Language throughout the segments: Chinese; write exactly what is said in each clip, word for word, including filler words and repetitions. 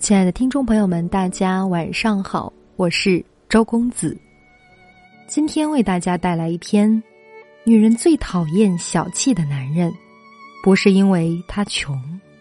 亲爱的听众朋友们，大家晚上好，我是周公子。今天为大家带来一篇女人最讨厌小气的男人，不是因为他穷。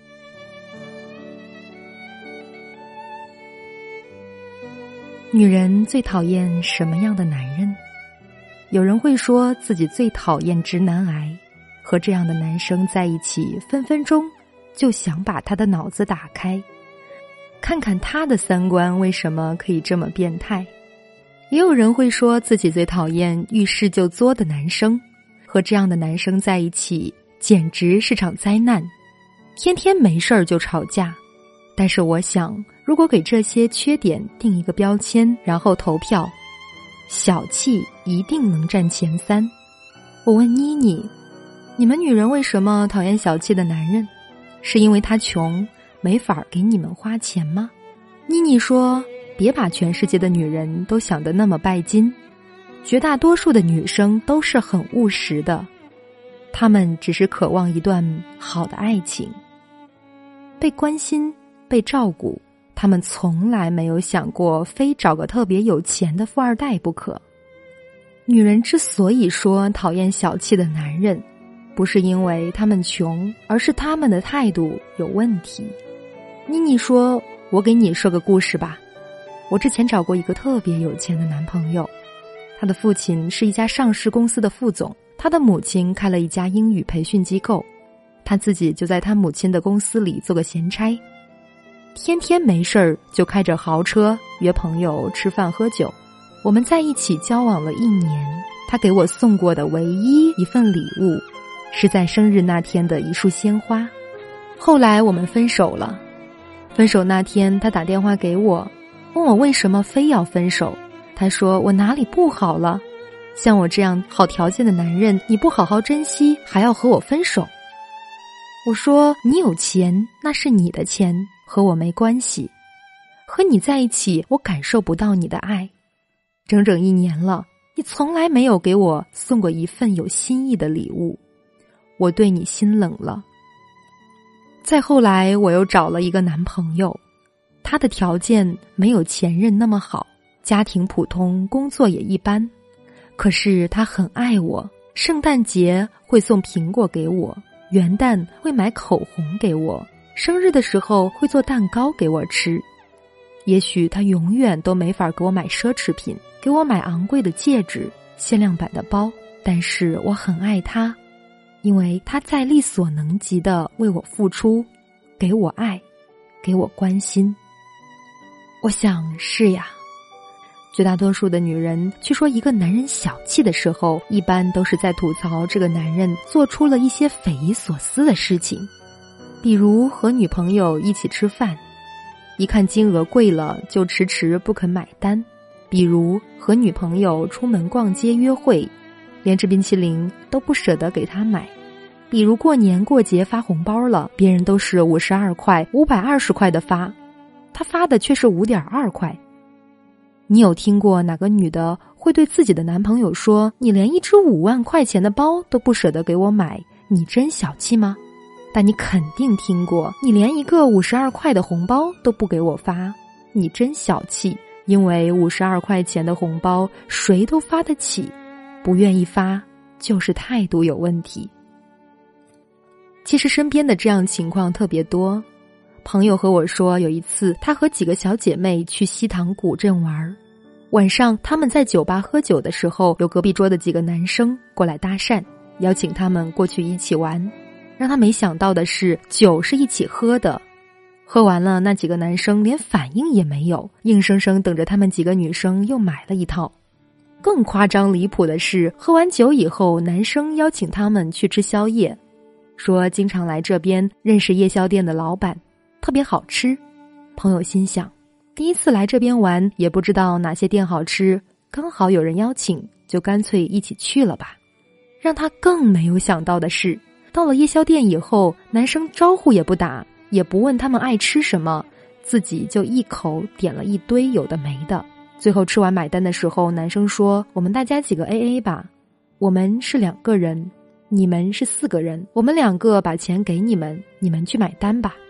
女人最讨厌什么样的男人？有人会说自己最讨厌直男癌，和这样的男生在一起，分分钟就想把他的脑子打开，看看他的三观为什么可以这么变态。也有人会说自己最讨厌遇事就作的男生，和这样的男生在一起简直是场灾难，天天没事儿就吵架。但是我想，如果给这些缺点定一个标签，然后投票，小气一定能占前三。我问妮妮，你们女人为什么讨厌小气的男人？是因为他穷，没法给你们花钱吗？妮妮说，别把全世界的女人都想得那么拜金，绝大多数的女生都是很务实的，她们只是渴望一段好的爱情，被关心，被照顾，她们从来没有想过非找个特别有钱的富二代不可。女人之所以说讨厌小气的男人，不是因为他们穷，而是他们的态度有问题。妮妮说，我给你说个故事吧。我之前找过一个特别有钱的男朋友，他的父亲是一家上市公司的副总，他的母亲开了一家英语培训机构，他自己就在他母亲的公司里做个闲差，天天没事儿就开着豪车约朋友吃饭喝酒。我们在一起交往了一年，他给我送过的唯一一份礼物是在生日那天的一束鲜花。后来我们分手了，分手那天他打电话给我，问我为什么非要分手。他说，我哪里不好了？像我这样好条件的男人，你不好好珍惜，还要和我分手？我说，你有钱那是你的钱，和我没关系，和你在一起我感受不到你的爱。整整一年了，你从来没有给我送过一份有心意的礼物，我对你心冷了。再后来我又找了一个男朋友，他的条件没有前任那么好，家庭普通，工作也一般，可是他很爱我，圣诞节会送苹果给我，元旦会买口红给我，生日的时候会做蛋糕给我吃。也许他永远都没法给我买奢侈品，给我买昂贵的戒指，限量版的包，但是我很爱他，因为他在力所能及的为我付出，给我爱，给我关心。我想是呀，绝大多数的女人去说一个男人小气的时候，一般都是在吐槽这个男人做出了一些匪夷所思的事情，比如和女朋友一起吃饭，一看金额贵了就迟迟不肯买单，比如和女朋友出门逛街约会，连吃冰淇淋都不舍得给她买，比如过年过节发红包了，别人都是五十二块、五百二十块的发，他发的却是五点二块。你有听过哪个女的会对自己的男朋友说，你连一只五万块钱的包都不舍得给我买，你真小气吗？但你肯定听过，你连一个五十二块的红包都不给我发，你真小气。因为五十二块钱的红包谁都发得起，不愿意发就是态度有问题。其实身边的这样情况特别多，朋友和我说，有一次他和几个小姐妹去西塘古镇玩，晚上他们在酒吧喝酒的时候，有隔壁桌的几个男生过来搭讪，邀请他们过去一起玩。让他没想到的是，酒是一起喝的，喝完了那几个男生连反应也没有，硬生生等着他们几个女生又买了一套。更夸张离谱的是，喝完酒以后，男生邀请他们去吃宵夜，说经常来这边，认识夜宵店的老板，特别好吃。朋友心想，第一次来这边玩，也不知道哪些店好吃，刚好有人邀请，就干脆一起去了吧。让他更没有想到的是，到了夜宵店以后，男生招呼也不打，也不问他们爱吃什么，自己就一口点了一堆有的没的。最后吃完买单的时候，男生说，我们大家几个 A A 吧，我们是两个人，你们是四个人，我们两个把钱给你们，你们去买单吧。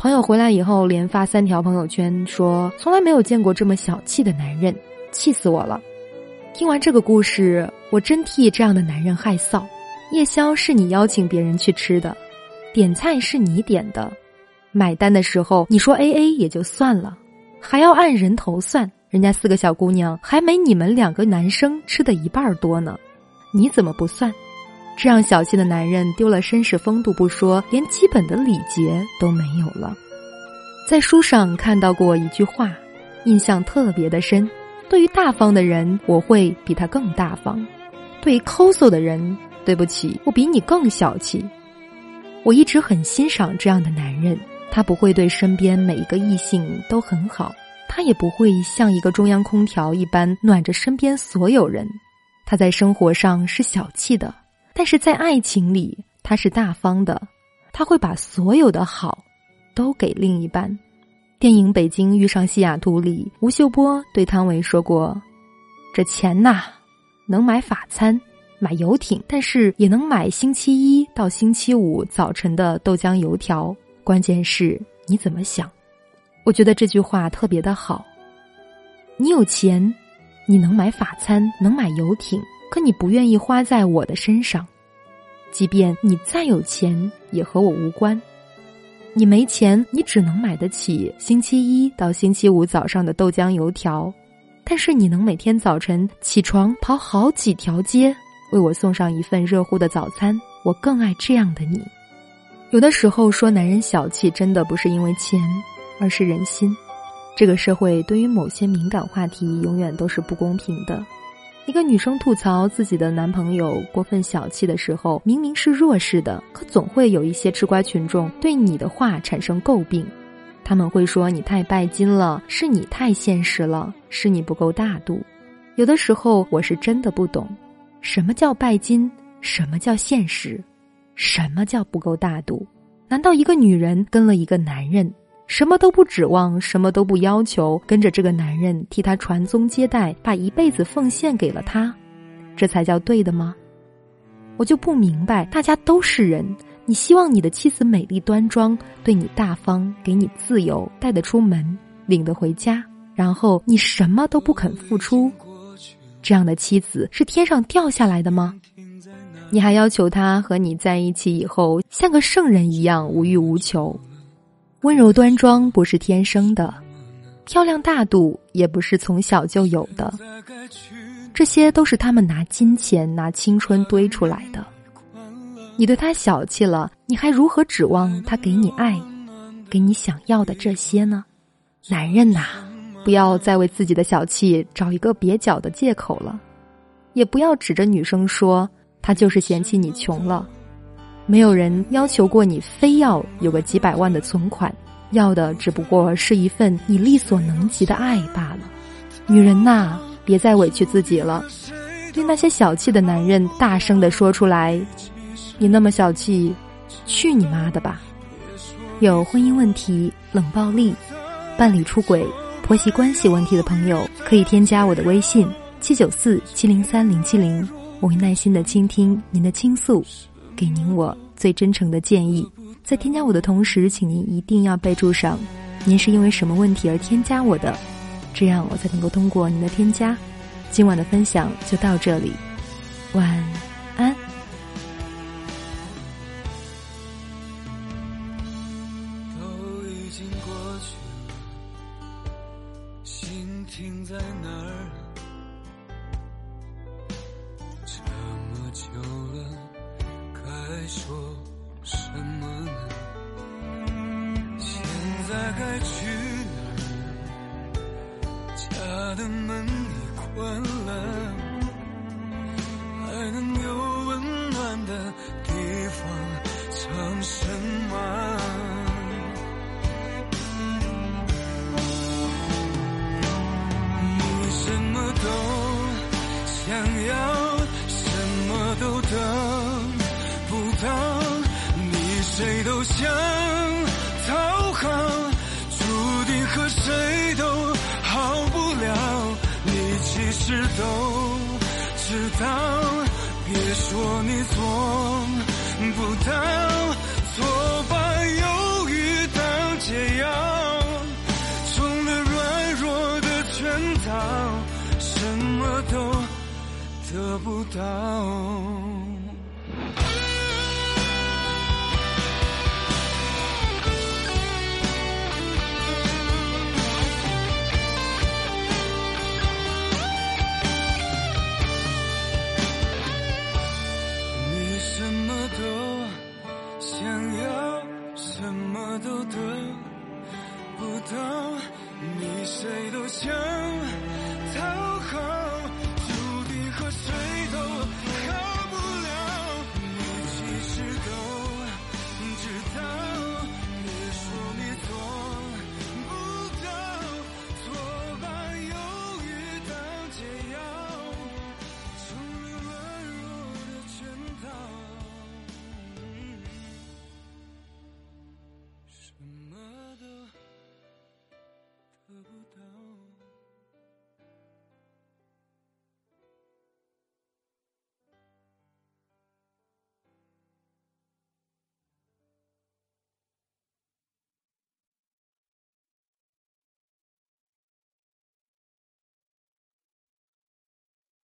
朋友回来以后连发三条朋友圈说从来没有见过这么小气的男人，气死我了。听完这个故事，我真替这样的男人害臊。夜宵是你邀请别人去吃的，点菜是你点的，买单的时候你说 A A 也就算了，还要按人头算，人家四个小姑娘还没你们两个男生吃的一半多呢，你怎么不算？这样小气的男人丢了绅士风度不说，连基本的礼节都没有了。在书上看到过一句话，印象特别的深，对于大方的人，我会比他更大方；对于抠搜的人，对不起，我比你更小气。我一直很欣赏这样的男人，他不会对身边每一个异性都很好，他也不会像一个中央空调一般暖着身边所有人。他在生活上是小气的，但是在爱情里他是大方的，他会把所有的好都给另一半。电影《北京遇上西雅图》里，吴秀波对汤唯说过，这钱呐，能买法餐买游艇，但是也能买星期一到星期五早晨的豆浆油条，关键是你怎么想。我觉得这句话特别的好。你有钱，你能买法餐能买游艇，可你不愿意花在我的身上，即便你再有钱也和我无关。你没钱，你只能买得起星期一到星期五早上的豆浆油条，但是你能每天早晨起床跑好几条街为我送上一份热乎的早餐，我更爱这样的你。有的时候说男人小气真的不是因为钱，而是人心。这个社会对于某些敏感话题永远都是不公平的。一个女生吐槽自己的男朋友过分小气的时候，明明是弱势的，可总会有一些吃瓜群众对你的话产生诟病。他们会说你太拜金了，是你太现实了，是你不够大度。有的时候我是真的不懂，什么叫拜金，什么叫现实，什么叫不够大度？难道一个女人跟了一个男人，什么都不指望，什么都不要求，跟着这个男人替他传宗接代，把一辈子奉献给了他，这才叫对的吗？我就不明白，大家都是人，你希望你的妻子美丽端庄，对你大方，给你自由，带得出门，领得回家，然后你什么都不肯付出，这样的妻子是天上掉下来的吗？你还要求他和你在一起以后像个圣人一样无欲无求。温柔端庄不是天生的，漂亮大度也不是从小就有的，这些都是他们拿金钱拿青春堆出来的。你对他小气了，你还如何指望他给你爱，给你想要的这些呢？男人呐，不要再为自己的小气找一个蹩脚的借口了，也不要指着女生说他就是嫌弃你穷了。没有人要求过你非要有个几百万的存款，要的只不过是一份你力所能及的爱罢了。女人呐，别再委屈自己了，对那些小气的男人大声地说出来，你那么小气，去你妈的吧。有婚姻问题、冷暴力、伴侣出轨、婆媳关系问题的朋友，可以添加我的微信七九四七零三零七零，我会耐心地倾听您的倾诉，给您我最真诚的建议。在添加我的同时，请您一定要备注上您是因为什么问题而添加我的，这样我才能够通过您的添加。今晚的分享就到这里，晚安。 都已经过去了，心停在哪儿？这么久了，该说什么呢？现在该去哪儿？家的门已关了，还能有温暖的地方藏身吗？你什么都想要，什么都得不到，你谁都想讨好，注定和谁都好不了。你其实都知道，别说你做不到，错把犹豫当解得不到。